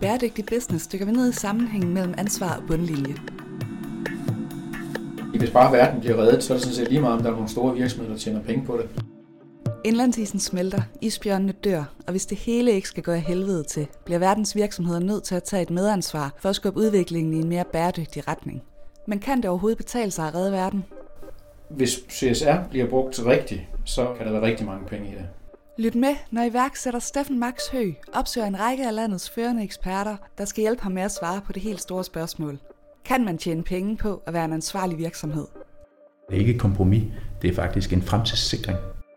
Bæredygtig business dykker vi ned i sammenhængen mellem ansvar og bundlinje. Hvis bare verden bliver reddet, så er det sådan set lige meget, om der er nogle store virksomheder, der tjener penge på det. Indlandsisen smelter, isbjørnene dør, og hvis det hele ikke skal gå af helvede til, bliver verdens virksomheder nødt til at tage et medansvar for at skubbe udviklingen i en mere bæredygtig retning. Men kan det overhovedet betale sig at redde verden? Hvis CSR bliver brugt rigtigt, så kan der være rigtig mange penge i det. Lyt med, når iværksætter Steffen Max Høeg opsøger en række af landets førende eksperter, der skal hjælpe ham med at svare på det helt store spørgsmål. Kan man tjene penge på at være en ansvarlig virksomhed? Det er ikke et kompromis, det er faktisk en fremtidssikring.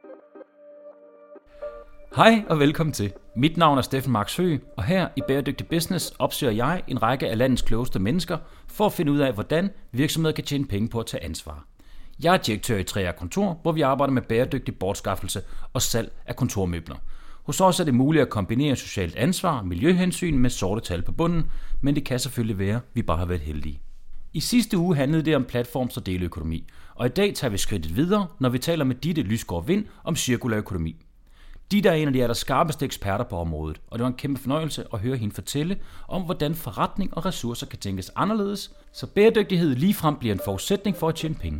Hej og velkommen til. Mit navn er Steffen Max Høeg, og her i Bæredygtig Business opsøger jeg en række af landets klogeste mennesker for at finde ud af, hvordan virksomheder kan tjene penge på at tage ansvar. Jeg er direktør i 3R Kontor, hvor vi arbejder med bæredygtig bortskaffelse og salg af kontormøbler. Hos os er det muligt at kombinere socialt ansvar og miljøhensyn med sorte tal på bunden, men det kan selvfølgelig være, at vi bare har været heldige. I sidste uge handlede det om platforms- og deleøkonomi, og i dag tager vi skridtet videre, når vi taler med Ditte Lysgaard Vind om cirkulær økonomi. Ditte er en af de allerskarpeste eksperter på området, og det var en kæmpe fornøjelse at høre hende fortælle om, hvordan forretning og ressourcer kan tænkes anderledes, så bæredygtighed ligefrem bliver en forudsætning for at tjene penge.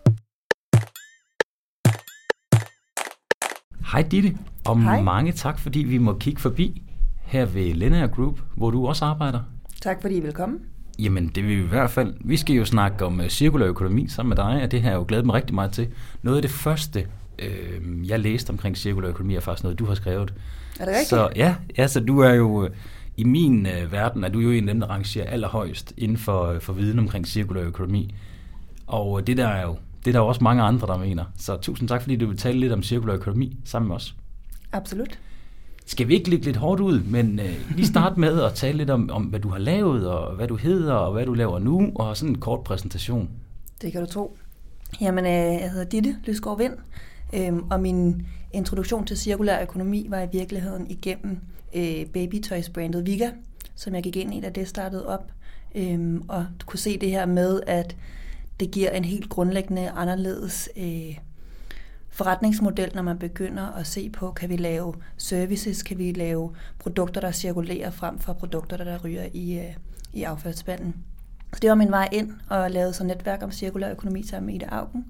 Hej Ditte, og Hej. Mange tak, fordi vi må kigge forbi her ved Linear Group, hvor du også arbejder. Tak fordi I vil komme. Jamen, det vil vi i hvert fald. Vi skal jo snakke om cirkulær økonomi sammen med dig, og det har jeg jo glædet mig rigtig meget til. Noget af det første, jeg læste omkring cirkulær økonomi, er faktisk noget, du har skrevet. Er det rigtigt? Så, så du er jo, i min verden, er du jo en af dem, der rangerer allerhøjst inden for viden omkring cirkulær økonomi. Og det der er jo det er der også mange andre, der mener. Så tusind tak, fordi du vil tale lidt om cirkulær økonomi sammen med os. Absolut. Skal vi ikke lægge lidt hårdt ud, men lige starte med at tale lidt om, hvad du har lavet, og hvad du hedder, og hvad du laver nu, og sådan en kort præsentation. Det kan du tro. Jamen, jeg hedder Ditte Lysgaard Vind, og min introduktion til cirkulær økonomi var i virkeligheden igennem babytoys-brandet Vika, som jeg gik ind i, da det startede op, og du kunne se det her med, at det giver en helt grundlæggende anderledes forretningsmodel, når man begynder at se på, kan vi lave services, kan vi lave produkter, der cirkulerer frem for produkter, der ryger i affaldsspanden. Så det var min vej ind og lavede så netværk om cirkulær økonomi sammen med Ida Augen.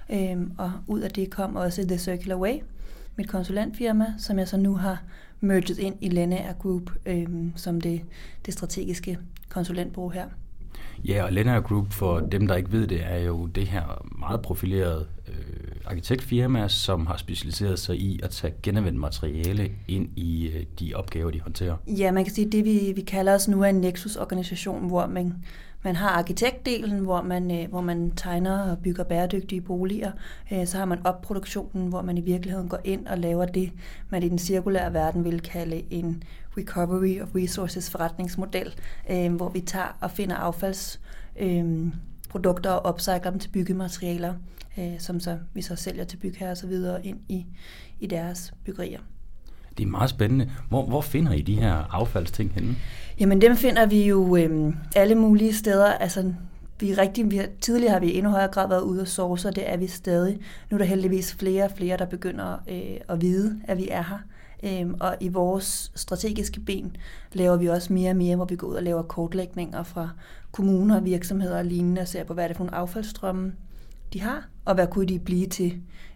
Og ud af det kom også The Circular Way, mit konsulentfirma, som jeg så nu har merged ind i Linear Group som det strategiske konsulentbureau her. Ja, og Linear Group, for dem, der ikke ved det, er jo det her meget profilerede arkitektfirma, som har specialiseret sig i at tage genanvendt materiale ind i de opgaver, de håndterer. Ja, man kan sige, at det vi kalder os nu er en nexus-organisation, hvor man har arkitektdelen, hvor man tegner og bygger bæredygtige boliger. Så har man opproduktionen, hvor man i virkeligheden går ind og laver det, man i den cirkulære verden vil kalde en recovery of resources forretningsmodel, hvor vi tager og finder affaldsprodukter og upcycler dem til byggematerialer, som vi så sælger til bygherrer og så videre ind i deres byggerier. Det er meget spændende. Hvor finder I de her affaldsting henne? Jamen dem finder vi jo alle mulige steder. Altså tidligere har vi i endnu højere grad været ude og source, og det er vi stadig. Nu er der heldigvis flere og flere, der begynder at vide, at vi er her. Og i vores strategiske ben laver vi også mere og mere, hvor vi går ud og laver kortlægninger fra kommuner, virksomheder og lignende, og ser på, hvad er det for nogle affaldsstrømme, de har, og hvad kunne de blive til,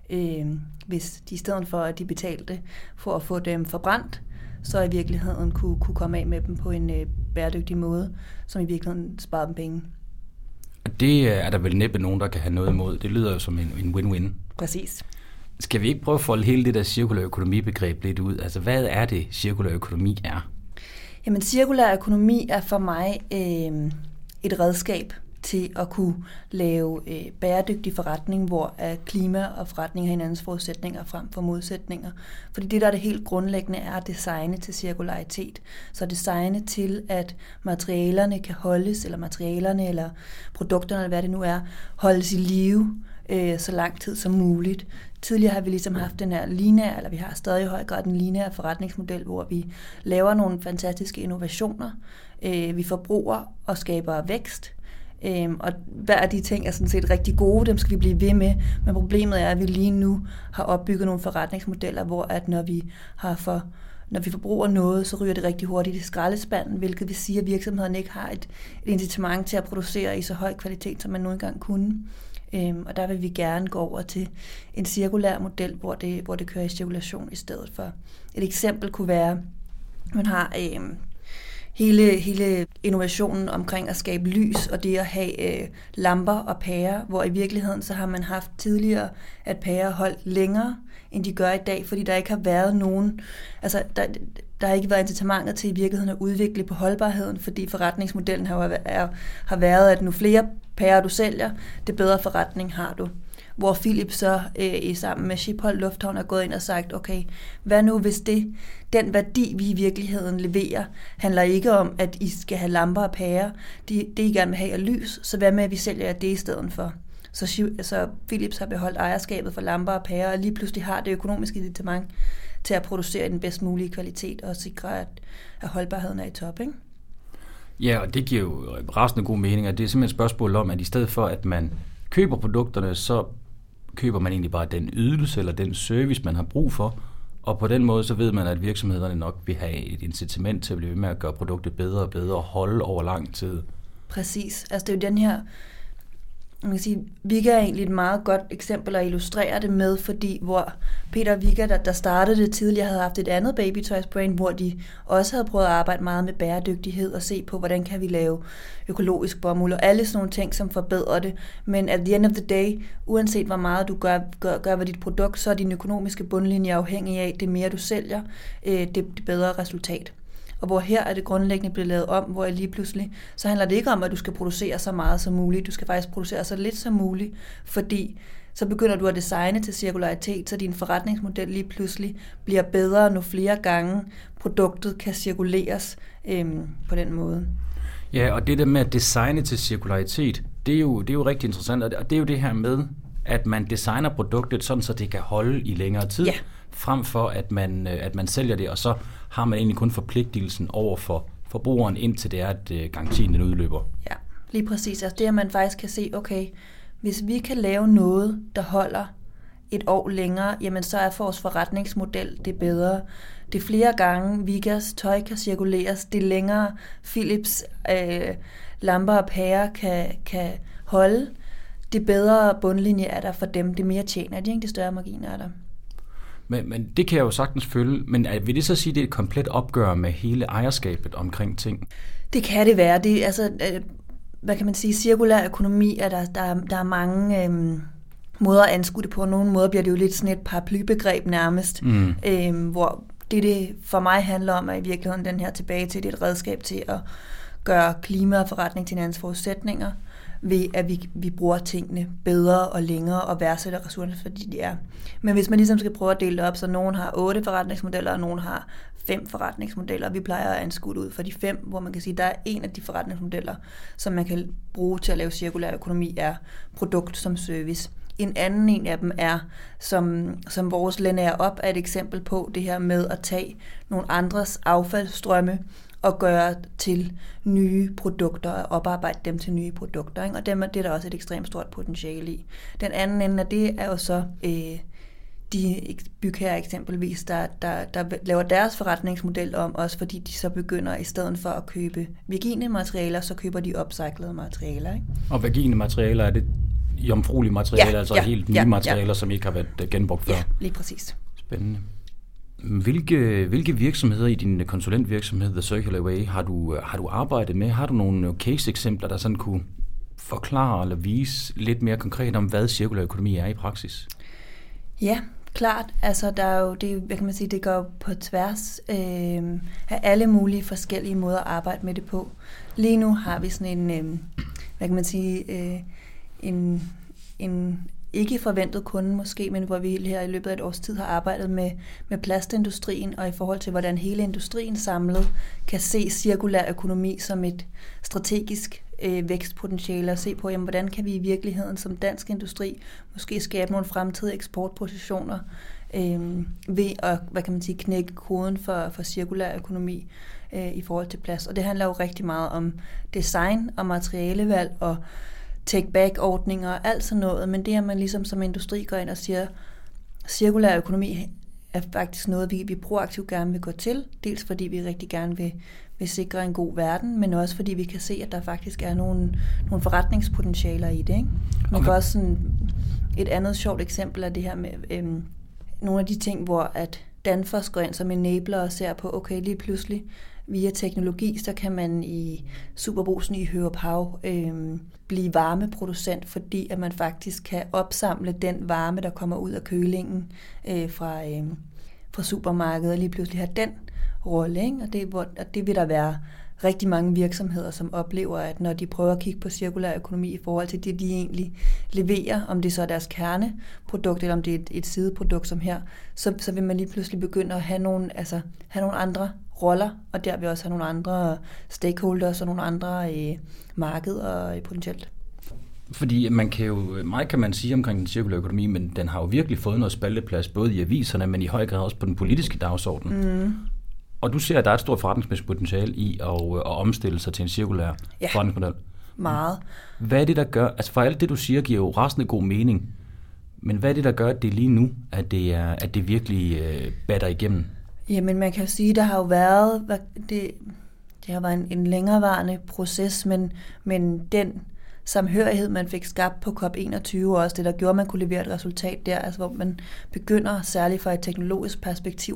hvis de i stedet for, at de betalte for at få dem forbrændt, så i virkeligheden kunne komme af med dem på en bæredygtig måde, som i virkeligheden sparer dem penge. Og det er der vel næppe nogen, der kan have noget imod. Det lyder jo som en win-win. Præcis. Skal vi ikke prøve at folde hele det der cirkulær økonomi-begreb lidt ud? Altså, hvad er det, cirkulær økonomi er? Jamen, cirkulær økonomi er for mig et redskab til at kunne lave bæredygtig forretning, hvor klima og forretning har hinandens forudsætninger frem for modsætninger. Fordi det, der er det helt grundlæggende, er at designe til cirkularitet. Så designe til, at materialerne kan holdes, eller produkterne, eller hvad det nu er, holdes i live så lang tid som muligt. Tidligere har vi ligesom haft den her lineære, eller vi har stadig i høj grad den lineære forretningsmodel, hvor vi laver nogle fantastiske innovationer, vi forbruger og skaber vækst, og hver af de ting er sådan set rigtig gode, dem skal vi blive ved med, men problemet er, at vi lige nu har opbygget nogle forretningsmodeller, hvor at når vi har for når vi forbruger noget, så ryger det rigtig hurtigt i skraldespanden, hvilket vil sige, at virksomheden ikke har et incitament til at producere i så høj kvalitet, som man nu engang kunne. Og der vil vi gerne gå over til en cirkulær model, hvor det kører i cirkulation i stedet for. Et eksempel kunne være, at man har hele innovationen omkring at skabe lys, og det at have lamper og pærer, hvor i virkeligheden så har man haft tidligere, at pærer holdt længere, end de gør i dag, fordi der ikke har været nogen, altså der har ikke været incitamenter til i virkeligheden at udvikle på holdbarheden, fordi forretningsmodellen har været, at nu flere pærer du sælger, det bedre forretning har du. Hvor Philips så sammen med Schiphol Lufthavn er gået ind og sagt, okay, hvad nu hvis den værdi, vi i virkeligheden leverer, handler ikke om, at I skal have lamper og pærer, det I gerne vil have er lys, så hvad med, at vi sælger det i stedet for? Så Philips har beholdt ejerskabet for lamper og pærer, og lige pludselig har det økonomiske incitament til at producere den bedst mulige kvalitet og sikre, at holdbarheden er i top, ikke? Ja, og det giver jo resten af god mening, og det er simpelthen et spørgsmål om, at i stedet for, at man køber produkterne, så køber man egentlig bare den ydelse eller den service, man har brug for, og på den måde så ved man, at virksomhederne nok vil have et incitament til at blive ved med at gøre produktet bedre og bedre og holde over lang tid. Præcis. Altså det er jo den her, man kan sige, Vigga er egentlig et meget godt eksempel at illustrere det med, fordi hvor Peter Vigga, der startede det tidligere, havde haft et andet Baby Toys brand, hvor de også havde prøvet at arbejde meget med bæredygtighed og se på, hvordan kan vi lave økologisk bomuld og alle sådan nogle ting, som forbedrer det. Men at the end of the day, uanset hvor meget du gør ved dit produkt, så er din økonomiske bundlinje afhængig af, det mere du sælger, det bedre resultat. Og hvor her er det grundlæggende blevet lavet om, hvor lige pludselig, så handler det ikke om, at du skal producere så meget som muligt. Du skal faktisk producere så lidt som muligt, fordi så begynder du at designe til cirkularitet, så din forretningsmodel lige pludselig bliver bedre, når flere gange produktet kan cirkuleres på den måde. Ja, og det der med at designe til cirkularitet, det er jo rigtig interessant, og det er jo det her med, at man designer produktet sådan, så det kan holde i længere tid, ja, frem for at man sælger det, og så har man egentlig kun forpligtelsen over for forbrugeren, indtil det er, at garantien den udløber. Ja, lige præcis. Altså det, at man faktisk kan se, okay, hvis vi kan lave noget, der holder et år længere, jamen så er vores forretningsmodel det bedre. Det flere gange Viggas tøj kan cirkuleres, det længere Philips lamper og pærer kan holde, det bedre bundlinje er der for dem, det mere tjener de, ikke? Det større marginer er der. Men det kan jeg jo sagtens følge, men vil det så sige, at det er et komplet opgør med hele ejerskabet omkring ting? Det kan det være. Det, altså, hvad kan man sige, cirkulær økonomi, der er mange måder at anskue det på. Nogle måder bliver det jo lidt sådan et paraplybegreb nærmest, hvor det for mig handler om, at i virkeligheden den her tilbage til, det er et redskab til at gøre klima og forretning til hinandens forudsætninger, ved at vi bruger tingene bedre og længere og værdsætter ressourcer, fordi de er. Men hvis man ligesom skal prøve at dele det op, så nogen har 8 forretningsmodeller, og nogen har 5 forretningsmodeller, og vi plejer at anskue ud for de 5, hvor man kan sige, at der er en af de forretningsmodeller, som man kan bruge til at lave cirkulær økonomi, er produkt som service. En anden en af dem er, som vores lineær op er et eksempel på, det her med at tage nogle andres affaldsstrømme og gøre til nye produkter og oparbejde dem til nye produkter. Ikke? Og det er der også et ekstremt stort potentiale i. Den anden ende af det er jo så de bygherrer eksempelvis, der laver deres forretningsmodel om, også fordi de så begynder i stedet for at købe virgine materialer, så køber de upcyclede materialer. Ikke? Og virgine materialer, er det jomfruelige materialer, altså helt nye materialer, som ikke har været genbrugt før? Ja, lige præcis. Spændende. Hvilke virksomheder i din konsulentvirksomhed, The Circular Way, har du arbejdet med? Har du nogle case-eksempler, der sådan kunne forklare eller vise lidt mere konkret om, hvad cirkulær økonomi er i praksis? Ja, klart. Altså, der er jo, hvad kan man sige, det går på tværs af alle mulige forskellige måder at arbejde med det på. Lige nu har vi sådan en, hvad kan man sige, en ikke forventet kunde måske, men hvor vi her i løbet af et års tid har arbejdet med plastindustrien, og i forhold til, hvordan hele industrien samlet kan se cirkulær økonomi som et strategisk vækstpotentiale, og se på, jamen, hvordan kan vi i virkeligheden som dansk industri måske skabe nogle fremtidige eksportpositioner ved at, hvad kan man sige, knække koden for cirkulær økonomi i forhold til plast. Og det handler jo rigtig meget om design og materialevalg og take-back-ordninger og alt sådan noget, men det, at man ligesom som industri går ind og siger, cirkulær økonomi er faktisk noget, vi proaktivt gerne vil gå til. Dels fordi vi rigtig gerne vil sikre en god verden, men også fordi vi kan se, at der faktisk er nogle forretningspotentialer i det. Ikke? Man kan også sådan, et andet sjovt eksempel er det her med nogle af de ting, hvor at Danfoss går ind som enabler og ser på, okay, lige pludselig via teknologi, så kan man i Superbrugsen i Hørup Hav blive varmeproducent, fordi at man faktisk kan opsamle den varme, der kommer ud af kølingen fra supermarkedet, og lige pludselig have den rolle. Ikke? Og det vil der være rigtig mange virksomheder, som oplever, at når de prøver at kigge på cirkulær økonomi i forhold til det, de egentlig leverer, om det så er deres kerneprodukt, eller om det er et sideprodukt som her, så vil man lige pludselig begynde at have nogle andre roller, og der vil også have nogle andre stakeholders og nogle andre markeder potentielt. Fordi meget kan man sige omkring den cirkulære økonomi, men den har jo virkelig fået noget spalteplads, både i aviserne, men i høj grad også på den politiske dagsorden. Mm. Og du ser, at der er et stort forretningsmæssigt potentiale i at omstille sig til en cirkulær forretningsmodel. Meget. Hvad er det, der gør, altså for alt det, du siger, giver jo resten af god mening, men hvad er det, der gør, at det lige nu, at det virkelig batter igennem? Jamen, man kan jo sige, at der har jo været, det har været en længerevarende proces, men den samhørighed, man fik skabt på COP21 også, det der gjorde, at man kunne levere et resultat der, altså hvor man begynder, særligt fra et teknologisk perspektiv,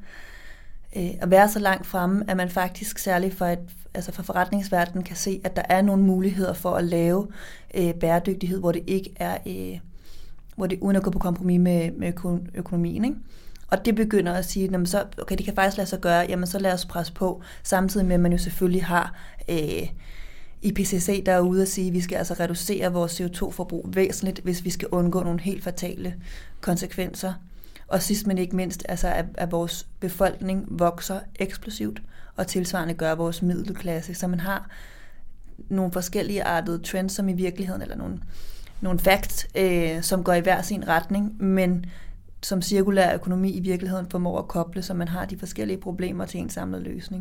at være så langt fremme, at man faktisk særligt for forretningsverdenen kan se, at der er nogle muligheder for at lave bæredygtighed, hvor det ikke er, hvor det uden at gå på kompromis med økonomien, ikke? Og det begynder at sige, at så, okay, det kan faktisk lade sig gøre, jamen så lad os presse på, samtidig med, at man jo selvfølgelig har IPCC, der er ude at sige, at vi skal altså reducere vores CO2-forbrug væsentligt, hvis vi skal undgå nogle helt fatale konsekvenser. Og sidst men ikke mindst, altså at vores befolkning vokser eksplosivt, og tilsvarende gør vores middelklasse. Så man har nogle forskellige artede trends, som i virkeligheden, eller nogle facts, som går i hver sin retning, men som cirkulær økonomi i virkeligheden formår at koble, så man har de forskellige problemer til en samlet løsning.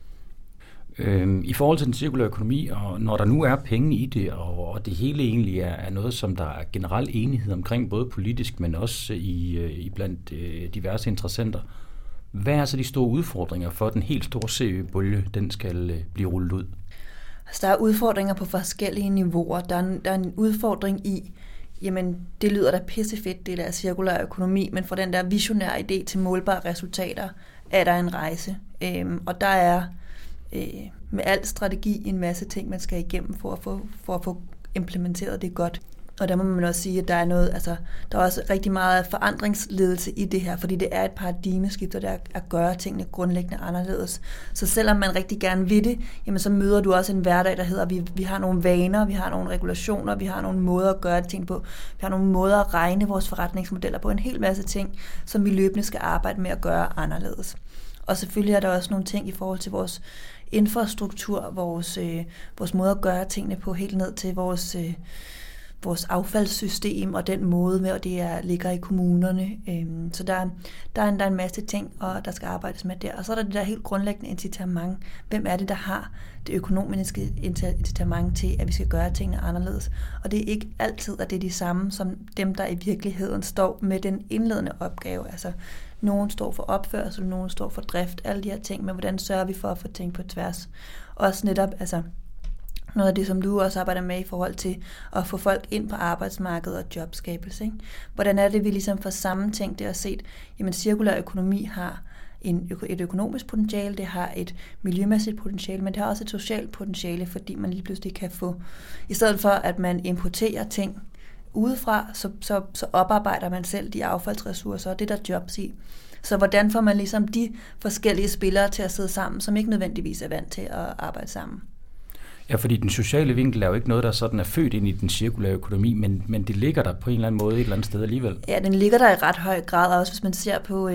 I forhold til den cirkulære økonomi, og når der nu er penge i det, og det hele egentlig er noget, som der er generel enighed omkring, både politisk, men også i blandt diverse interessenter, hvad er så de store udfordringer for, at den helt store CO2-bølge, den skal blive rullet ud? Altså, der er udfordringer på forskellige niveauer. Der er en udfordring i, jamen det lyder da pissefedt, det der cirkulær økonomi, men fra den der visionære idé til målbare resultater, er der en rejse. Og der er med al strategi en masse ting, man skal igennem for at få implementeret det godt. Og der må man også sige, at der er noget, altså der er også rigtig meget forandringsledelse i det her, fordi det er et paradigmeskifte, der at gøre tingene grundlæggende anderledes. Så selvom man rigtig gerne vil det, jamen så møder du også en hverdag, der hedder, at vi har nogle vaner, vi har nogle regulationer, vi har nogle måder at gøre ting på, vi har nogle måder at regne vores forretningsmodeller på, en hel masse ting, som vi løbende skal arbejde med at gøre anderledes. Og selvfølgelig er der også nogle ting i forhold til vores infrastruktur, vores måde at gøre tingene på, helt ned til vores affaldssystem og den måde, hvor det ligger i kommunerne. Så der er en masse ting, og der skal arbejdes med der. Og så er der det der helt grundlæggende incitament. Hvem er det, der har det økonomiske incitament til, at vi skal gøre tingene anderledes? Og det er ikke altid, at det er de samme, som dem, der i virkeligheden står med den indledende opgave. Altså, nogen står for opførsel, nogen står for drift, alle de her ting, men hvordan sørger vi for at få ting på tværs? Også netop, altså noget af det, som du også arbejder med i forhold til at få folk ind på arbejdsmarkedet og jobskabelse. Ikke? Hvordan er det, vi ligesom får sammentænkt det og set, jamen cirkulær økonomi har et økonomisk potentiale, det har et miljømæssigt potentiale, men det har også et socialt potentiale, fordi man lige pludselig kan få, i stedet for at man importerer ting udefra, så oparbejder man selv de affaldsressourcer, og det der jobs i. Så hvordan får man ligesom de forskellige spillere til at sidde sammen, som ikke nødvendigvis er vant til at arbejde sammen? Ja, fordi den sociale vinkel er jo ikke noget, der sådan er født ind i den cirkulære økonomi, men det ligger der på en eller anden måde et eller andet sted alligevel. Ja, den ligger der i ret høj grad, også hvis man ser på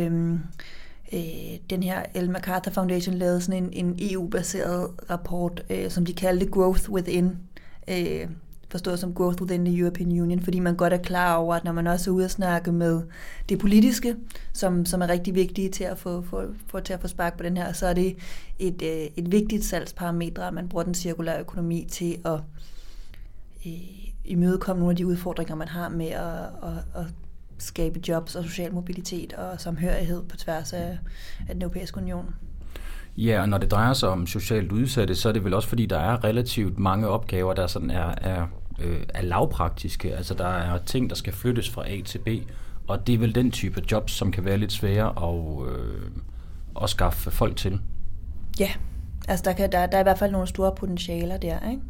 den her Ellen MacArthur Foundation lavede sådan en EU-baseret rapport, som de kaldte Growth Within, forstået som Growth Within the European Union, fordi man godt er klar over, at når man også er ude at snakke med det politiske, som er rigtig vigtige til at få spark på den her, så er det et vigtigt salgsparameter, at man bruger den cirkulære økonomi til at imødekomme nogle af de udfordringer, man har med at skabe jobs og social mobilitet og samhørighed på tværs af den europæiske union. Ja, og når det drejer sig om socialt udsatte, så er det vel også fordi, der er relativt mange opgaver, der sådan er lavpraktiske. Altså der er ting, der skal flyttes fra A til B, og det er vel den type jobs, som kan være lidt svære at skaffe folk til. Ja, altså der er i hvert fald nogle store potentialer der, ikke?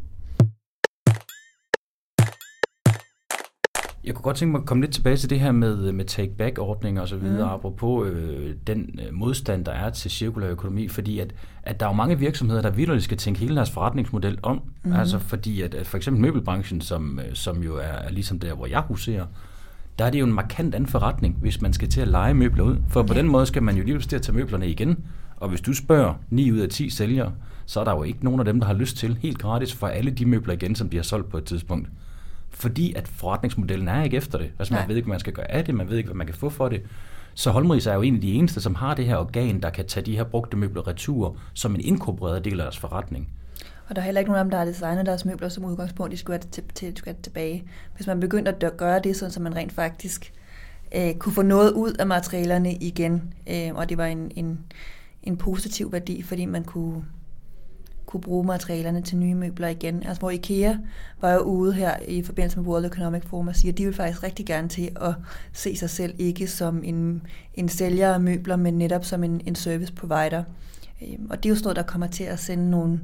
Jeg kunne godt tænke mig at komme lidt tilbage til det her med take-back-ordninger og så videre, apropos den modstand, der er til cirkulær økonomi, fordi at der er jo mange virksomheder, der virkelig skal tænke hele deres forretningsmodel om, altså fordi at for eksempel møbelbranchen, som jo er ligesom der, hvor jeg huserer, der er det jo en markant anden forretning, hvis man skal til at leje møbler ud, for på den måde skal man jo lige til at tage møblerne igen, og hvis du spørger 9 ud af 10 sælgere, så er der jo ikke nogen af dem, der har lyst til helt gratis for alle de møbler igen, som de har solgt på et tidspunkt. Fordi at forretningsmodellen er ikke efter det. Altså man ved ikke, hvad man skal gøre af det, man ved ikke, hvad man kan få for det. Så Holmris er jo en af de eneste, som har det her organ, der kan tage de her brugte møbler retur som en inkorporeret del af deres forretning. Og der er heller ikke nogen af dem, der har designet deres møbler som udgangspunkt, de skulle have tilbage. Hvis man begyndte at gøre det, så man rent faktisk kunne få noget ud af materialerne igen, og det var en positiv værdi, fordi man kunne bruge materialerne til nye møbler igen. Altså hvor IKEA var jo ude her i forbindelse med World Economic Forum og siger, at de vil faktisk rigtig gerne til at se sig selv ikke som en sælger af møbler, men netop som en service provider. Og det er jo sådan noget, der kommer til at sende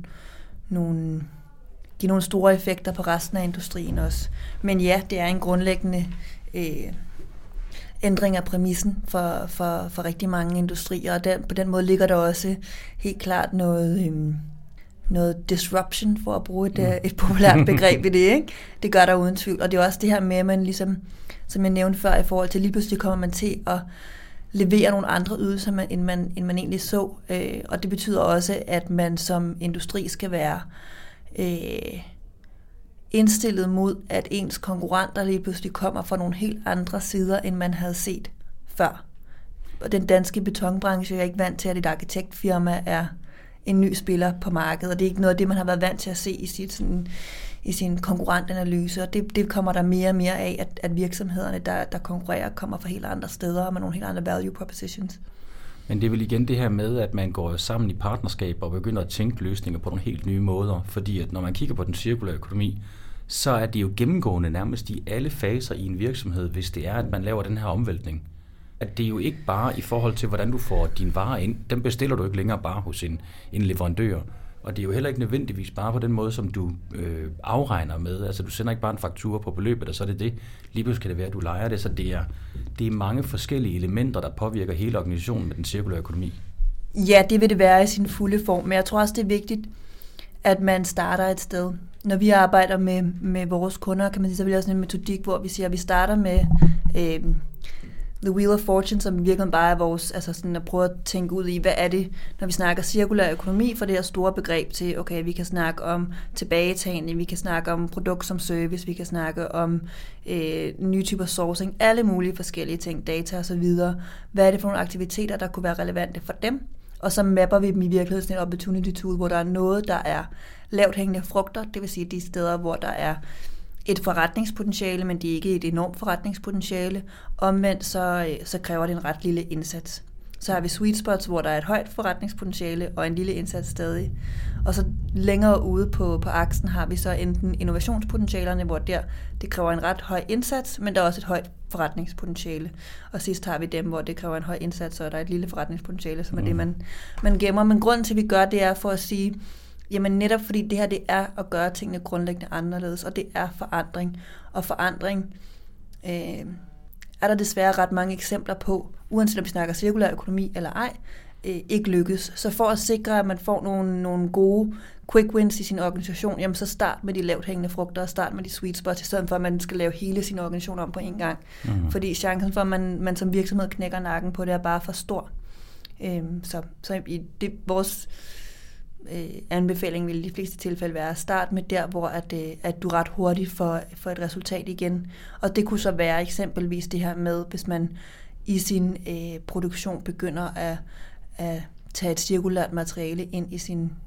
give nogle store effekter på resten af industrien også. Men ja, det er en grundlæggende ændring af præmissen for rigtig mange industrier, og på den måde ligger der også helt klart noget disruption, for at bruge et populært begreb i det, ikke? Det gør der uden tvivl, og det er også det her med, at man ligesom, som jeg nævnte før, i forhold til lige pludselig kommer man til at levere nogle andre ydelser, end man egentlig så, og det betyder også, at man som industri skal være indstillet mod, at ens konkurrenter lige pludselig kommer fra nogle helt andre sider, end man havde set før. Og den danske betonbranche er ikke vant til, at et arkitektfirma er en ny spiller på markedet, og det er ikke noget af det, man har været vant til at se i sin konkurrentanalyse, og det kommer der mere og mere af, at virksomhederne, der konkurrerer, kommer fra helt andre steder og med nogle helt andre value propositions. Men det er vel igen det her med, at man går sammen i partnerskaber og begynder at tænke løsninger på nogle helt nye måder, fordi at når man kigger på den cirkulære økonomi, så er det jo gennemgående nærmest i alle faser i en virksomhed, hvis det er, at man laver den her omvæltning. At det er jo ikke bare i forhold til, hvordan du får dine varer ind. Dem bestiller du ikke længere bare hos en leverandør. Og det er jo heller ikke nødvendigvis bare på den måde, som du afregner med. Altså du sender ikke bare en faktura på beløbet, og så er det det. Lige pludselig kan det være, at du lejer det. Så det er mange forskellige elementer, der påvirker hele organisationen med den cirkulære økonomi. Ja, det vil det være i sin fulde form. Men jeg tror også, det er vigtigt, at man starter et sted. Når vi arbejder med vores kunder, kan man sige, så vil jeg sådan en metodik, hvor vi siger, at vi starter med The Wheel of Fortune, som virkelig bare er vores, altså sådan at prøve at tænke ud i, hvad er det, når vi snakker cirkulær økonomi, for det her store begreb til, okay, vi kan snakke om tilbagetagning, vi kan snakke om produkt som service, vi kan snakke om nye typer sourcing, alle mulige forskellige ting, data og så videre. Hvad er det for nogle aktiviteter, der kunne være relevante for dem? Og så mapper vi dem i virkeligheden sådan et opportunity tool, hvor der er noget, der er lavt hængende frugter, det vil sige de steder, hvor der er et forretningspotentiale, men det er ikke et enormt forretningspotentiale. Omvendt så kræver det en ret lille indsats. Så har vi sweet spots, hvor der er et højt forretningspotentiale og en lille indsats stadig. Og så længere ude på aksen har vi så enten innovationspotentialerne, hvor det kræver en ret høj indsats, men der er også et højt forretningspotentiale. Og sidst har vi dem, hvor det kræver en høj indsats, og der er et lille forretningspotentiale, som er det, man gemmer. Men grunden til, at vi gør det, er for at sige, jamen netop fordi det her, det er at gøre tingene grundlæggende anderledes, og det er forandring. Og forandring er der desværre ret mange eksempler på, uanset om vi snakker cirkulær økonomi eller ej, ikke lykkes. Så for at sikre, at man får nogle gode quick wins i sin organisation, jamen så start med de lavt hængende frugter, og start med de sweet spots, i stedet for at man skal lave hele sin organisation om på en gang. Fordi chancen for, at man som virksomhed knækker nakken på det, er bare for stor. Så vores anbefaling vil i de fleste tilfælde være at starte med der, hvor at du ret hurtigt får et resultat igen. Og det kunne så være eksempelvis det her med, hvis man i sin produktion begynder at tage et cirkulært materiale ind i sin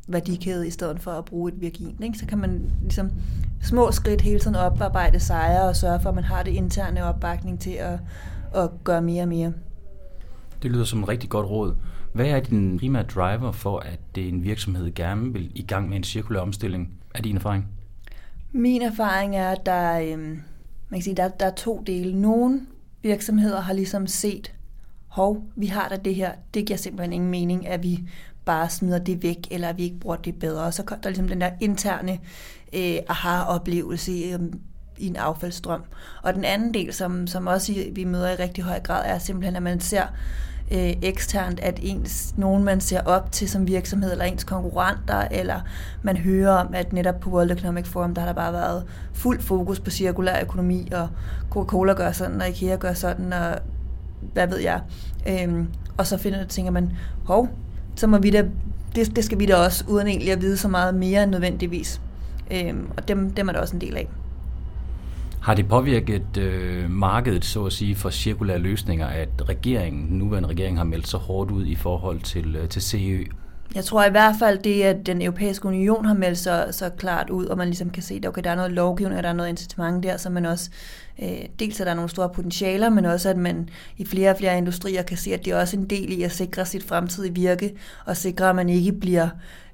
værdikæde i stedet for at bruge et virgin. Ikke? Så kan man ligesom små skridt hele tiden oparbejde sejre og sørge for, at man har det interne opbakning til at gøre mere og mere. Det lyder som et rigtig godt råd. Hvad er din primære driver for, at en virksomhed gerne vil i gang med en cirkulær omstilling? Er din erfaring? Min erfaring er, at der er 2 dele. Nogle virksomheder har ligesom set, vi har da det her, det giver simpelthen ingen mening, at vi bare smider det væk, eller at vi ikke bruger det bedre. Og så kommer der ligesom den der interne aha-oplevelse i en affaldsstrøm. Og den anden del, som også vi møder i rigtig høj grad, er simpelthen, at man ser eksternt, at nogen man ser op til som virksomhed, eller ens konkurrenter, eller man hører om, at netop på World Economic Forum, der har der bare været fuld fokus på cirkulær økonomi, og Coca-Cola gør sådan, og IKEA gør sådan, og hvad ved jeg. Og så tænker man, så må vi da, det skal vi da også, uden egentlig at vide så meget mere end nødvendigvis. Og dem er der også en del af. Har det påvirket markedet, så at sige, for cirkulære løsninger, at den nuværende regering har meldt så hårdt ud i forhold til CE? Jeg tror i hvert fald det, at den europæiske union har meldt så klart ud, og man ligesom kan se, at okay, der er noget lovgivning, og der er noget incitament der, så man også, dels at der er nogle store potentialer, men også at man i flere og flere industrier kan se, at det er også en del i at sikre sit fremtidige virke, og sikre, at man ikke bliver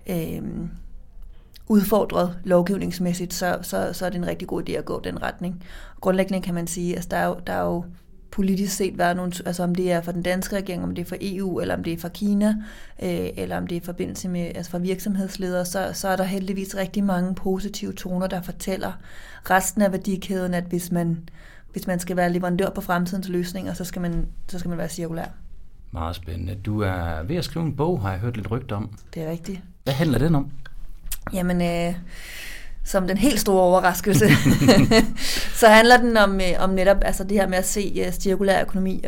udfordret lovgivningsmæssigt, så er det en rigtig god idé at gå den retning. Grundlæggende kan man sige, at der er jo politisk set været nogle, altså om det er fra den danske regering, om det er fra EU, eller om det er fra Kina, eller om det er i forbindelse med, altså fra virksomhedsledere, så er der heldigvis rigtig mange positive toner, der fortæller resten af værdikæden, at hvis man skal være leverandør på fremtidens løsninger, så skal man være cirkulær. Meget spændende. Du er ved at skrive en bog, har jeg hørt lidt rygter om. Det er rigtigt. Hvad handler den om? Jamen, som den helt store overraskelse, så handler den om netop altså det her med at se cirkulær økonomi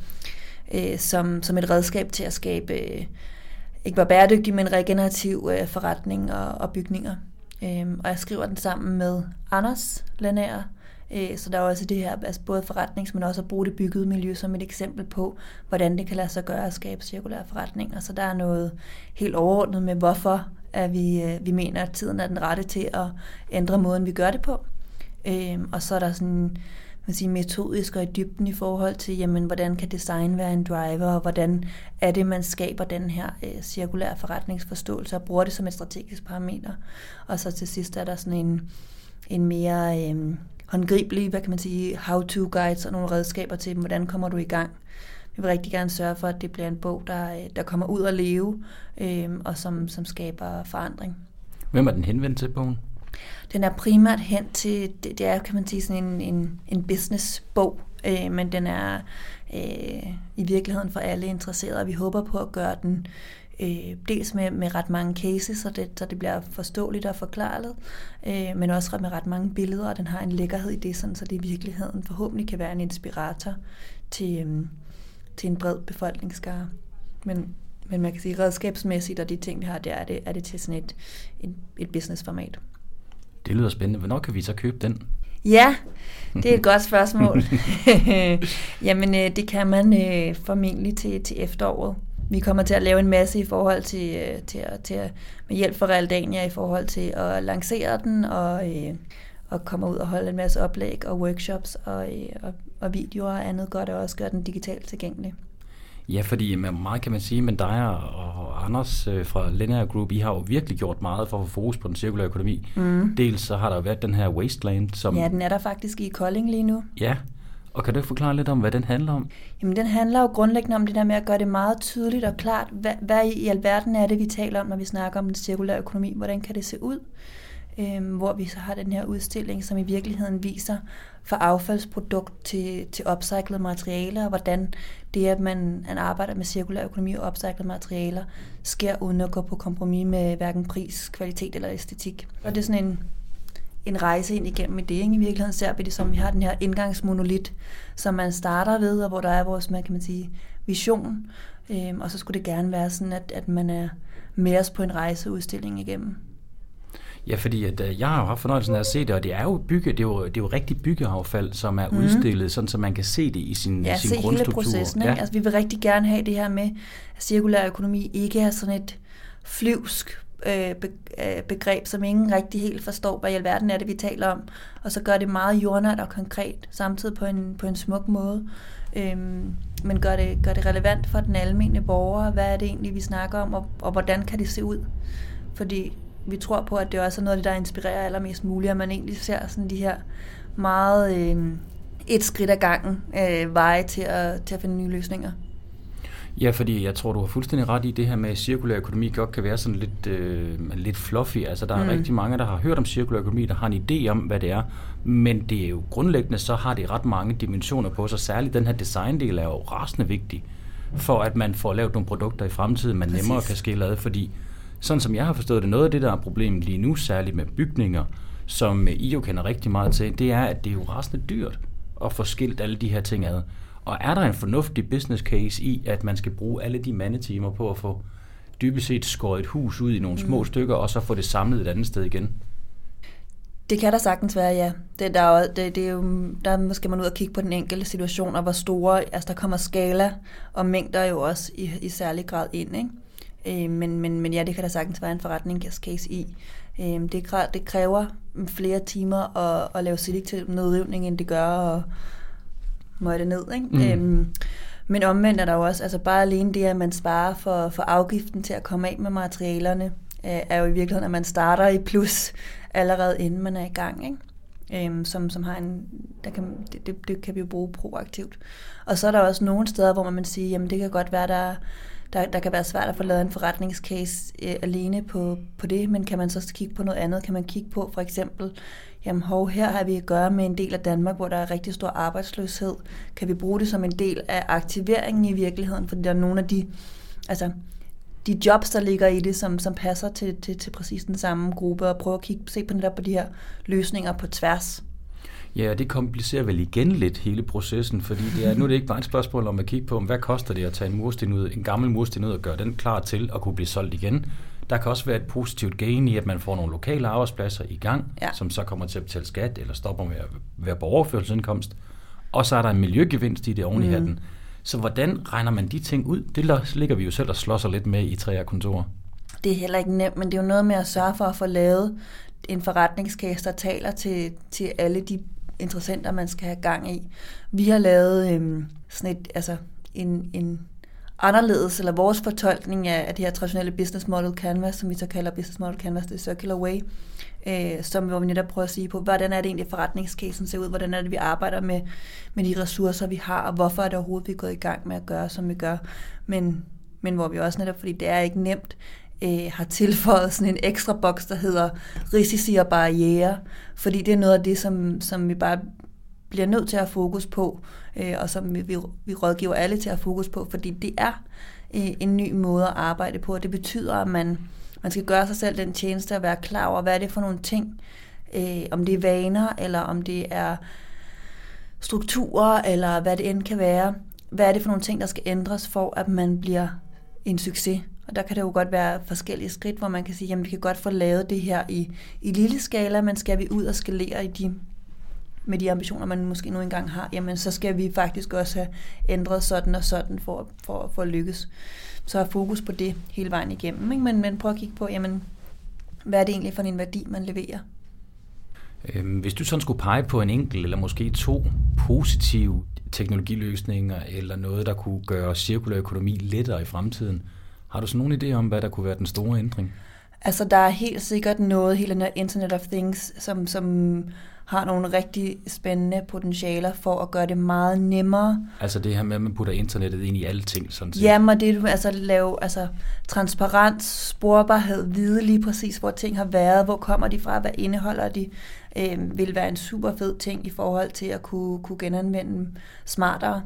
som et redskab til at skabe ikke bare bæredygtig, men regenerativ forretning og bygninger. Og jeg skriver den sammen med Anders Landager, så der er også det her, altså både forretnings, men også at bruge det byggede miljø som et eksempel på, hvordan det kan lade sig gøre at skabe cirkulære forretninger. Så der er noget helt overordnet med, hvorfor at vi mener, at tiden er den rette til at ændre måden, vi gør det på. Og så er der sådan metodisk og i dybden i forhold til, jamen, hvordan kan design være en driver, og hvordan er det, man skaber den her cirkulære forretningsforståelse og bruger det som et strategisk parameter. Og så til sidst er der sådan en mere håndgribelig, hvad kan man sige, how-to guides og nogle redskaber til, hvordan kommer du i gang. Vi vil rigtig gerne sørge for, at det bliver en bog, der kommer ud at leve, og som skaber forandring. Hvem er den henvendt til, bogen? Den er primært hen til, det er, kan man sige, sådan en businessbog, men den er i virkeligheden for alle interesserede, og vi håber på at gøre den dels med ret mange cases, så det bliver forståeligt og forklaret, men også med ret mange billeder, og den har en lækkerhed i det, sådan, så det i virkeligheden forhåbentlig kan være en inspirator til en bred befolkningsskare. Men man kan sige, redskabsmæssigt og de ting, vi har, er det til sådan et businessformat. Det lyder spændende. Hvornår kan vi så købe den? Ja, det er et godt spørgsmål. Jamen, det kan man formentlig til efteråret. Vi kommer til at lave en masse i forhold til med hjælp fra Realdania i forhold til at lancere den og komme ud og holde en masse oplæg og workshops og videoer og andet godt, og også gøre den digitalt tilgængelig. Ja, fordi meget kan man sige, men dig og Anders fra Landager Group, I har jo virkelig gjort meget for at få fokus på den cirkulære økonomi. Mm. Dels så har der været den her Wasteland, som... Ja, den er der faktisk i Kolding lige nu. Ja, og kan du forklare lidt om, hvad den handler om? Jamen, den handler jo grundlæggende om det der med at gøre det meget tydeligt og klart, hvad i alverden er det, vi taler om, når vi snakker om den cirkulære økonomi. Hvordan kan det se ud? Hvor vi så har den her udstilling, som i virkeligheden viser fra affaldsprodukt til upcyclede materialer, og hvordan det, at man arbejder med cirkulær økonomi og upcyclede materialer, sker uden at gå på kompromis med hverken pris, kvalitet eller æstetik. Og det er sådan en rejse ind igennem det. I virkeligheden ser vi det som, vi har den her indgangsmonolit, som man starter ved, og hvor der er vores, kan man sige, vision. Og så skulle det gerne være sådan, at man er med os på en rejseudstilling igennem. Ja, fordi jeg har jo haft fornøjelsen af at se det, og det er jo rigtig byggeaffald, som er udstillet, sådan så man kan se det i sin grundstruktur. Hele processen. Altså, vi vil rigtig gerne have det her med, at cirkulær økonomi ikke er sådan et flyvsk begreb, som ingen rigtig helt forstår, hvad i alverden er det, vi taler om, og så gør det meget jordnært og konkret, samtidig på en smuk måde. Men gør det relevant for den almindelige borger, hvad er det egentlig, vi snakker om, og hvordan kan det se ud? Fordi vi tror på, at det også er noget af det, der inspirerer allermest muligt, at man egentlig ser sådan de her meget et skridt ad gangen veje til at finde nye løsninger. Ja, fordi jeg tror, du har fuldstændig ret i det her med, at cirkulær økonomi godt kan være sådan lidt fluffy. Altså, der er rigtig mange, der har hørt om cirkulær økonomi, der har en idé om, hvad det er. Men det er jo grundlæggende, så har det ret mange dimensioner på sig. Særligt den her designdel er jo rasende vigtig, for at man får lavet nogle produkter i fremtiden, man nemmere kan skille ad. Fordi sådan som jeg har forstået det, noget af det, der er problemet lige nu, særligt med bygninger, som I jo kender rigtig meget til, det er, at det er jo rasende dyrt at få skilt alle de her ting ad. Og er der en fornuftig business case i, at man skal bruge alle de mandetimer på at få dybest set skåret et hus ud i nogle små stykker, og så få det samlet et andet sted igen? Det kan der sagtens være, ja. Der skal man ud og kigge på den enkelte situation, og hvor store, altså der kommer skala og mængder jo også i særlig grad ind, ikke? Men ja, det kan der sagtens være en forretningscase i. Det kræver flere timer at lave selektiv nedrivning, end det gør at møjte ned, ikke? Men omvendt er der jo også, altså bare alene det, at man sparer for afgiften til at komme af med materialerne, er jo i virkeligheden, at man starter i plus allerede inden man er i gang, ikke? Som har det kan vi jo bruge proaktivt. Og så er der også nogle steder, hvor man siger, jamen det kan godt være, der kan være svært at få lavet en forretningscase alene på det, men kan man så kigge på noget andet? Kan man kigge på for eksempel, jamen her har vi at gøre med en del af Danmark, hvor der er rigtig stor arbejdsløshed. Kan vi bruge det som en del af aktiveringen i virkeligheden? Fordi der er nogle af de jobs, der ligger i det, som passer til præcis den samme gruppe, og prøve at se på netop på de her løsninger på tværs. Ja, det komplicerer vel igen lidt hele processen, fordi nu er det ikke bare et spørgsmål om at kigge på, hvad koster det at tage en gammel mursten ud og gøre den klar til at kunne blive solgt igen. Der kan også være et positivt gain i, at man får nogle lokale arbejdspladser i gang, som så kommer til at betale skat, eller stopper med at være på overførselsindkomst. Og så er der en miljøgevinst i det oven i hatten. Så hvordan regner man de ting ud? Det ligger vi jo selv og slås lidt med i 3R-kontorer. Det er heller ikke nemt, men det er jo noget med at sørge for at få lavet en forretningscase, der taler til alle de interessenter, man skal have gang i. Vi har lavet en anderledes, eller vores fortolkning af det her traditionelle business model canvas, som vi så kalder business model canvas, det circular way, hvor vi netop prøver at sige på, hvordan er det egentlig forretningscasen ser ud, hvordan er det, vi arbejder med de ressourcer, vi har, og hvorfor er det overhovedet, vi er gået i gang med at gøre, som vi gør. Men hvor vi også netop, fordi det er ikke nemt, har tilføjet sådan en ekstra boks, der hedder risici og barrierer, fordi det er noget af det, som vi bare bliver nødt til at have fokus på, og som vi rådgiver alle til at have fokus på, fordi det er en ny måde at arbejde på, og det betyder, at man skal gøre sig selv den tjeneste at være klar over, hvad er det for nogle ting, om det er vaner, eller om det er strukturer, eller hvad det end kan være. Hvad er det for nogle ting, der skal ændres for, at man bliver en succes? Og der kan det jo godt være forskellige skridt, hvor man kan sige, jamen vi kan godt få lavet det her i lille skala, men skal vi ud og skalere med de ambitioner, man måske nu engang har, jamen så skal vi faktisk også have ændret sådan og sådan for at lykkes. Så have fokus på det hele vejen igennem, ikke? Men prøv at kigge på, jamen, hvad er det egentlig for en værdi, man leverer? Hvis du sådan skulle pege på en enkelt eller måske 2 positive teknologiløsninger, eller noget, der kunne gøre cirkulær økonomi lettere i fremtiden, har du så nogen idé om, hvad der kunne være den store ændring? Altså, der er helt sikkert noget, hele den her Internet of Things, som har nogle rigtig spændende potentialer for at gøre det meget nemmere. Altså det her med, at man putter internettet ind i alle ting, sådan set. Jamen, det lave transparens, sporbarhed, vide lige præcis, hvor ting har været, hvor kommer de fra, hvad indeholder de, vil være en super fed ting i forhold til at kunne genanvende dem smartere.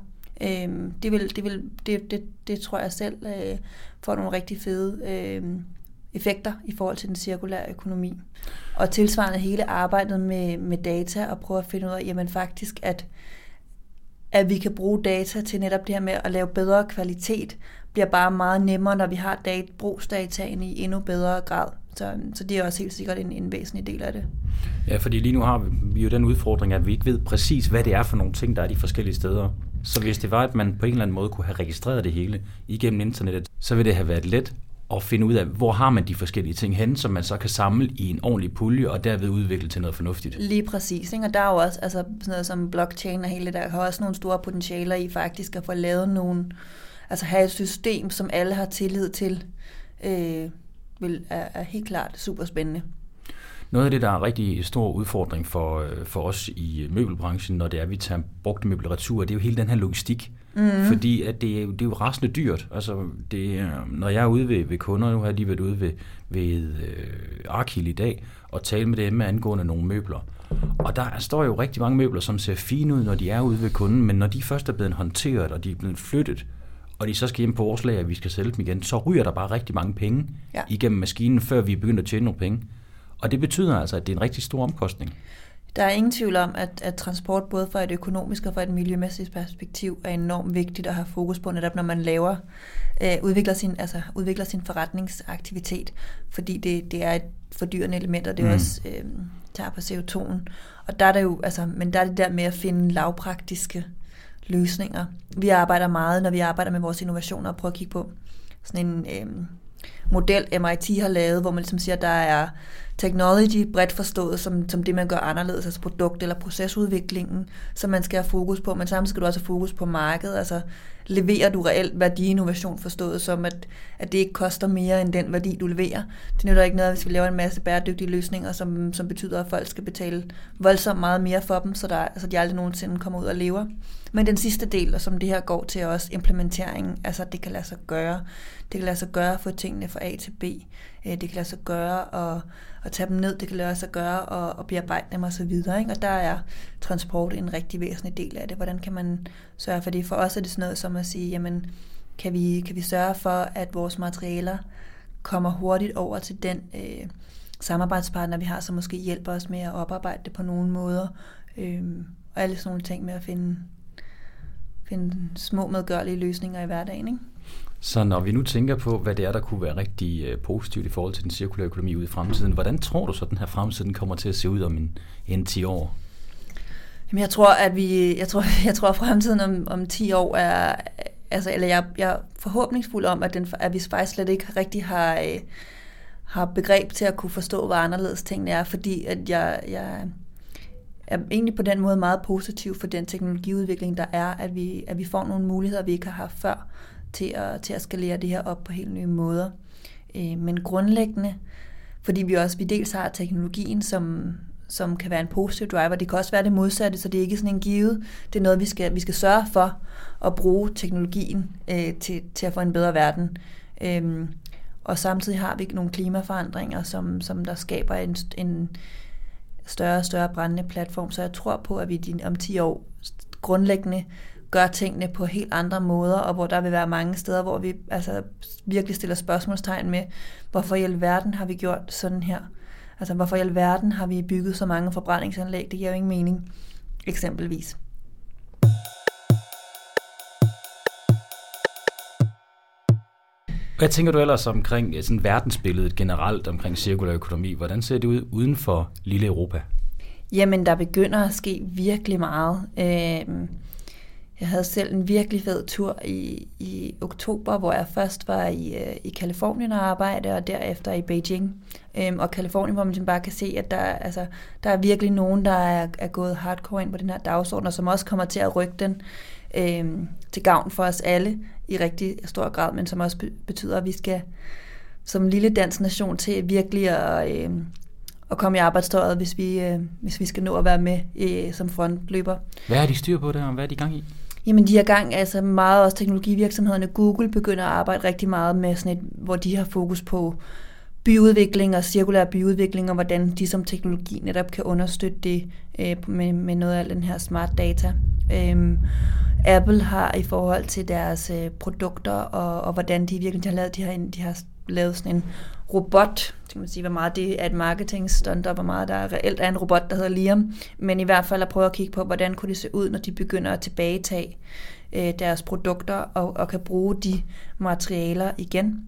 Det tror jeg selv får nogle rigtig fede effekter i forhold til den cirkulære økonomi. Og tilsvarende hele arbejdet med data og prøve at finde ud af, jamen faktisk, at vi kan bruge data til netop det her med at lave bedre kvalitet, bliver bare meget nemmere, når vi har brugsdataen i endnu bedre grad. Så det er også helt sikkert en væsentlig del af det. Ja, fordi lige nu har vi jo den udfordring, at vi ikke ved præcis, hvad det er for nogle ting, der er de forskellige steder. Så hvis det var, at man på en eller anden måde kunne have registreret det hele igennem internettet, så ville det have været let og finde ud af, hvor har man de forskellige ting hen, som man så kan samle i en ordentlig pulje, og derved udvikle til noget fornuftigt. Lige præcis, ikke? Og der er jo også sådan noget som blockchain og hele det der, har også nogle store potentialer i faktisk at få lavet nogle, have et system, som alle har tillid til, er helt klart super spændende. Noget af det, der er en rigtig stor udfordring for os i møbelbranchen, når det er, at vi tager brugte møbler retur, det er jo hele den her logistik. Mm-hmm. Fordi at det er jo rasende dyrt. Altså, når jeg er ude ved kunder, nu har jeg lige været ude ved Arkil i dag, og tale med dem angående nogle møbler. Og der står jo rigtig mange møbler, som ser fine ud, når de er ude ved kunden, men når de først er blevet håndteret, og de er blevet flyttet, og de så skal hjem på vores lager, at vi skal sælge dem igen, så ryger der bare rigtig mange penge igennem maskinen, før vi er begyndt at tjene nogle penge. Og det betyder altså, at det er en rigtig stor omkostning. Der er ingen tvivl om, at transport både fra et økonomisk og fra et miljømæssigt perspektiv er enormt vigtigt at have fokus på, netop når man udvikler sin forretningsaktivitet, fordi det er et fordyrende element, og det også tager på CO2'en. Og der er det jo, men der er det der med at finde lavpraktiske løsninger. Vi arbejder meget, når vi arbejder med vores innovationer, og prøver at kigge på sådan en model, MIT har lavet, hvor man ligesom siger, at der er technology bredt forstået som det, man gør anderledes, altså produkt- eller procesudviklingen, som man skal have fokus på, men samtidig skal du også have fokus på markedet, altså leverer du reelt værdi-innovation forstået som, at det ikke koster mere end den værdi, du leverer. Det nytter ikke noget, hvis vi laver en masse bæredygtige løsninger, som betyder, at folk skal betale voldsomt meget mere for dem, så de aldrig nogensinde kommer ud og lever. Men den sidste del, og som det her går til også implementeringen, det kan lade sig gøre. Det kan lade sig gøre at få tingene fra A til B. Det kan lade sig gøre at tage dem ned. Det kan lade sig gøre at bearbejde dem osv. Og der er transport en rigtig væsentlig del af det. Hvordan kan man sørge for det? For os er det sådan noget som at sige, jamen, kan vi sørge for, at vores materialer kommer hurtigt over til den samarbejdspartner, vi har, som måske hjælper os med at oparbejde det på nogle måder. Og alle sådan nogle ting med at finde små medgørlige løsninger i hverdagen, ikke? Så når vi nu tænker på, hvad det er, der kunne være rigtig positivt i forhold til den cirkulære økonomi ude i fremtiden, hvordan tror du så, at den her fremtid kommer til at se ud om en 10 år? Jamen, jeg tror, at fremtiden om 10 år er, jeg er forhåbningsfuld om, at vi faktisk slet ikke rigtig har begreb til at kunne forstå, hvad anderledes tingene er, fordi at jeg er egentlig på den måde meget positiv for den teknologiudvikling, der er, at vi får nogle muligheder, vi ikke har haft før, til at skalere det her op på helt nye måder. Men grundlæggende, fordi vi dels har teknologien, som kan være en positiv driver, det kan også være det modsatte, så det er ikke sådan en givet. Det er noget, vi skal sørge for at bruge teknologien til at få en bedre verden. Og samtidig har vi nogle klimaforandringer, som der skaber en større og større brændende platform. Så jeg tror på, at vi om 10 år grundlæggende gør tingene på helt andre måder, og hvor der vil være mange steder, hvor vi virkelig stiller spørgsmålstegn med, hvorfor i alverden har vi gjort sådan her? Hvorfor i alverden har vi bygget så mange forbrændingsanlæg? Det giver jo ingen mening, eksempelvis. Hvad tænker du ellers omkring sådan verdensbilledet generelt omkring cirkulær økonomi? Hvordan ser det ud uden for lille Europa? Jamen, der begynder at ske virkelig meget. Jeg havde selv en virkelig fed tur i oktober, hvor jeg først var i Californien og arbejde, og derefter i Beijing. Og Californien, hvor man bare kan se, at der er virkelig nogen, der er gået hardcore ind på den her dagsorden, og som også kommer til at rykke den til gavn for os alle i rigtig stor grad, men som også betyder, at vi skal som lille dansk nation til virkelig at komme i arbejdstøjet, hvis vi skal nå at være med som frontløber. Hvad er de styr på der, og hvad er de i gang i? Jamen, de er gang, meget også teknologivirksomhederne. Google begynder at arbejde rigtig meget med sådan hvor de har fokus på byudvikling og cirkulær byudvikling, og hvordan de som teknologi netop kan understøtte det med noget af den her smart data. Apple har i forhold til deres produkter, og hvordan de virkelig har lavet sådan en robot, kan man sige, hvor meget det er et marketingstunt, og hvor meget der reelt er en robot, der hedder Liam, men i hvert fald at prøve at kigge på, hvordan kunne det se ud, når de begynder at tilbagetage deres produkter, og kan bruge de materialer igen.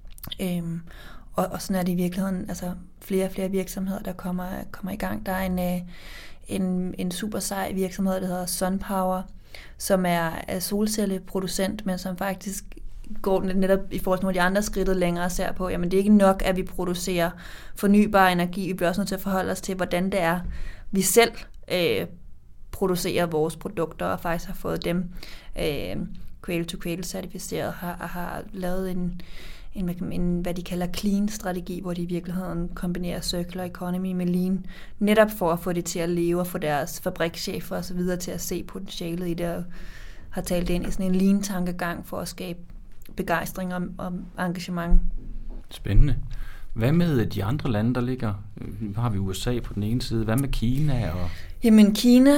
Og sådan er det i virkeligheden, flere og flere virksomheder, der kommer i gang. Der er en super sej virksomhed, der hedder SunPower, som er solcelleproducent, men som faktisk går netop i forhold til nogle af de andre skridtet længere og ser på, jamen det er ikke nok, at vi producerer fornybar energi. Vi bliver også nødt til at forholde os til, hvordan det er, vi selv producerer vores produkter, og faktisk har fået dem cradle-to-cradle certificeret, har lavet en, hvad de kalder clean-strategi, hvor de i virkeligheden kombinerer circular economy med lean, netop for at få det til at leve, og få deres fabrikschefer og så videre til at se potentialet i det, og har talt ind i sådan en lean-tankegang for at skabe begejstring og engagement. Spændende. Hvad med de andre lande, der ligger? Nu har vi USA på den ene side. Hvad med Kina? Jamen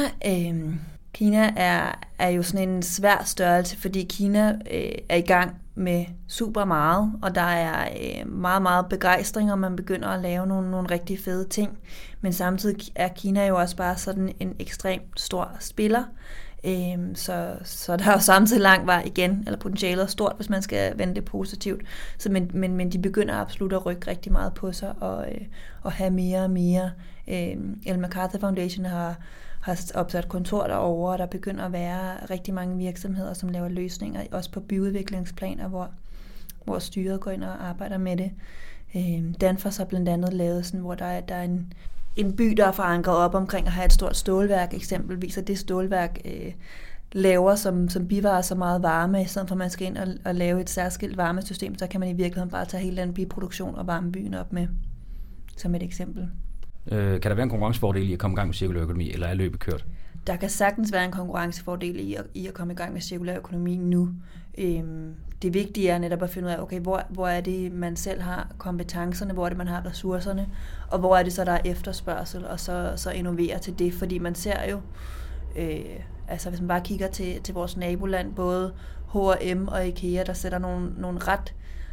Kina er jo sådan en svær størrelse, fordi Kina er i gang med super meget, og der er meget, meget begejstring, og man begynder at lave nogle rigtig fede ting. Men samtidig er Kina jo også bare sådan en ekstremt stor spiller, så der er jo samtidig lang vej igen, eller potentialet er stort, hvis man skal vende det positivt. Men de begynder absolut at rykke rigtig meget på sig, og have mere og mere. Ellen MacArthur Foundation har opsat kontor derovre, og der begynder at være rigtig mange virksomheder, som laver løsninger, også på byudviklingsplaner, hvor styret går ind og arbejder med det. Danfoss har blandt andet lavet sådan, hvor der er en by, der er forankret op omkring at have et stort stålværk eksempelvis, og det stålværk laver som bivarer så meget varme, i stedet for at man skal ind og lave et særskilt varmesystem, så kan man i virkeligheden bare tage hele den biproduktion og varme byen op med, som et eksempel. Kan der være en konkurrencefordel i at komme i gang med cirkulær økonomi, eller er løbet kørt? Der kan sagtens være en konkurrencefordel i at komme i gang med cirkulær økonomi nu. Det vigtige er netop at finde ud af, okay, hvor er det, man selv har kompetencerne, hvor er det, man har ressourcerne, og hvor er det så, der er efterspørgsel, og så innovere til det, fordi man ser jo, altså hvis man bare kigger til vores naboland, både H&M og IKEA, der sætter nogle ret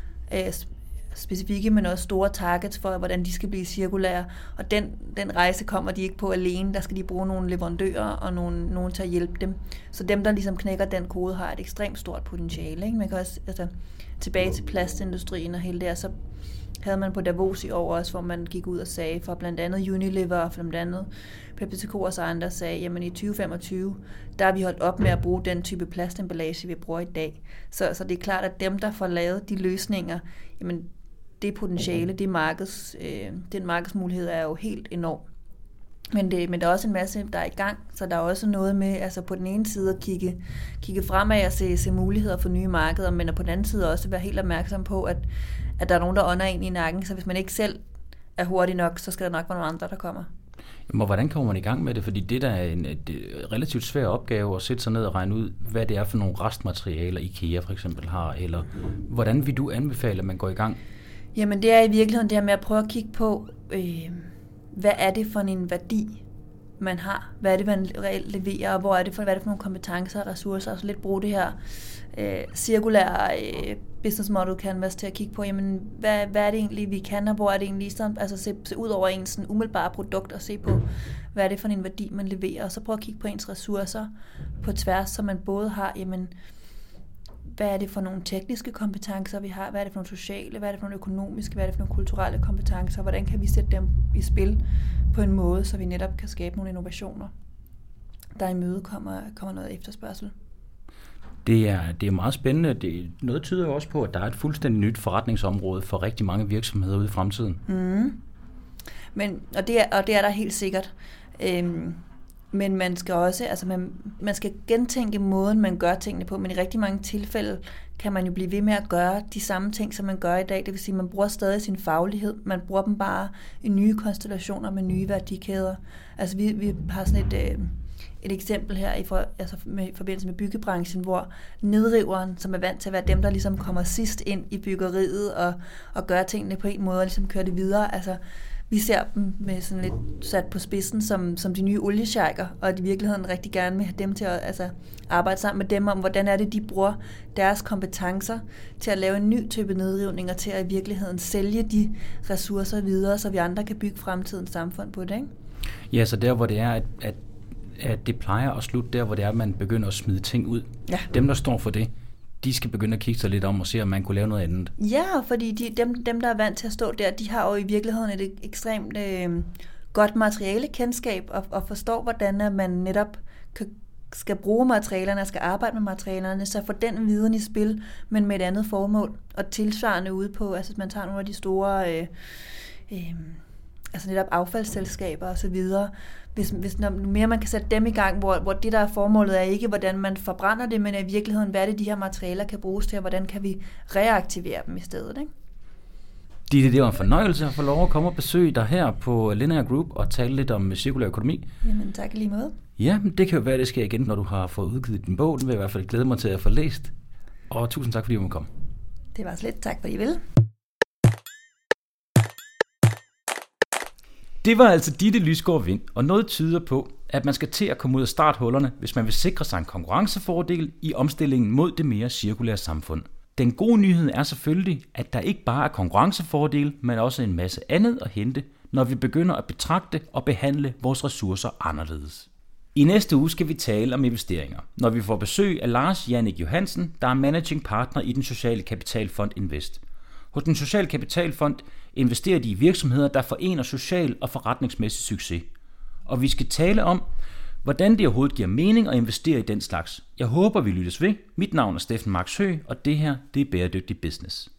specifikke, men også store targets for, hvordan de skal blive cirkulære. Og den rejse kommer de ikke på alene. Der skal de bruge nogle leverandører og nogen til at hjælpe dem. Så dem, der ligesom knækker den kode, har et ekstremt stort potentiale. Ikke? Man kan også tilbage til plastindustrien og hele det, så havde man på Davos i år også, hvor man gik ud og sagde, for blandt andet Unilever og blandt andet PepsiCo og så andre sagde, jamen i 2025, der har vi holdt op med at bruge den type plastemballage, vi bruger i dag. Så det er klart, at dem, der får lavet de løsninger, jamen det potentiale, den markedsmulighed er jo helt enorm. Men der er også en masse, der er i gang, så der er også noget med, altså på den ene side at kigge fremad og se muligheder for nye markeder, men på den anden side også være helt opmærksom på, at der er nogen, der ånder ind i nakken, så hvis man ikke selv er hurtig nok, så skal der nok være nogle andre, der kommer. Men hvordan kommer man i gang med det? Fordi det der er en relativt svær opgave at sætte sig ned og regne ud, hvad det er for nogle restmaterialer, IKEA for eksempel har, eller hvordan vil du anbefale, at man går i gang? Jamen det er i virkeligheden det her med at prøve at kigge på, hvad er det for en værdi, man har? Hvad er det, man reelt leverer? Og hvad er det for nogle kompetencer og ressourcer? Altså lidt bruge det her cirkulære business model canvas til at kigge på, jamen hvad er det egentlig, vi kan, og hvor er det egentlig, altså se ud over ens sådan umiddelbare produkt og se på, hvad er det for en værdi, man leverer? Og så prøve at kigge på ens ressourcer på tværs, så man både har, jamen hvad er det for nogle tekniske kompetencer, vi har? Hvad er det for nogle sociale? Hvad er det for nogle økonomiske? Hvad er det for nogle kulturelle kompetencer? Hvordan kan vi sætte dem i spil på en måde, så vi netop kan skabe nogle innovationer, der i møde kommer noget efterspørgsel? Det er meget spændende. Noget tyder jo også på, at der er et fuldstændig nyt forretningsområde for rigtig mange virksomheder ude i fremtiden. Og det er der helt sikkert. Men man skal også, altså man skal gentænke måden, man gør tingene på, men i rigtig mange tilfælde kan man jo blive ved med at gøre de samme ting, som man gør i dag. Det vil sige, at man bruger stadig sin faglighed, man bruger dem bare i nye konstellationer med nye værdikæder. Altså vi har sådan et eksempel her i forbindelse med byggebranchen, hvor nedriveren, som er vant til at være dem, der ligesom kommer sidst ind i byggeriet og gør tingene på en måde og ligesom kører det videre, altså vi ser dem med sådan lidt sat på spidsen som de nye oliesjejker, og de i virkeligheden rigtig gerne vil have dem til at arbejde sammen med dem om, hvordan er det, de bruger deres kompetencer til at lave en ny type nedrivning, og til at i virkeligheden sælge de ressourcer videre, så vi andre kan bygge fremtidens samfund på det, ikke? Ja, så der hvor det er, at det plejer at slutte der, hvor det er, at man begynder at smide ting ud. Ja. Dem, der står for det, de skal begynde at kigge sig lidt om og se, om man kunne lave noget andet. Ja, fordi dem, der er vant til at stå der, de har jo i virkeligheden et ekstremt godt materialekendskab og forstår, hvordan man netop kan skal bruge materialerne og skal arbejde med materialerne, så får den viden i spil, men med et andet formål. Og tilsvarende ude på, altså man tager nogle af de store altså netop affaldsselskaber og så videre. Hvis når mere man kan sætte dem i gang, hvor det der er formålet er ikke, hvordan man forbrænder det, men i virkeligheden, hvad det de her materialer kan bruges til, og hvordan kan vi reaktivere dem i stedet, ikke? Det var en fornøjelse at få lov at komme og besøge dig her på Linear Group og tale lidt om cirkulær økonomi. Jamen tak lige måde. Ja, men det kan jo være, det sker igen, når du har fået udgivet din bog. Den vil jeg i hvert fald glæde mig til at få læst. Og tusind tak, fordi du måtte komme. Det var slet. Tak, fordi I ville. Det var altså Ditte Lysgaard Vind, og noget tyder på, at man skal til at komme ud af starthullerne, hvis man vil sikre sig en konkurrencefordel i omstillingen mod det mere cirkulære samfund. Den gode nyhed er selvfølgelig, at der ikke bare er konkurrencefordel, men også en masse andet at hente, når vi begynder at betragte og behandle vores ressourcer anderledes. I næste uge skal vi tale om investeringer, når vi får besøg af Lars Jannik Johansen, der er managing partner i den sociale kapitalfond Invest. Hos den sociale kapitalfond investerer de i virksomheder, der forener social og forretningsmæssig succes. Og vi skal tale om, hvordan det overhovedet giver mening at investere i den slags. Jeg håber, vi lyttes ved. Mit navn er Steffen Marks Høgh, og det her, det er Bæredygtig Business.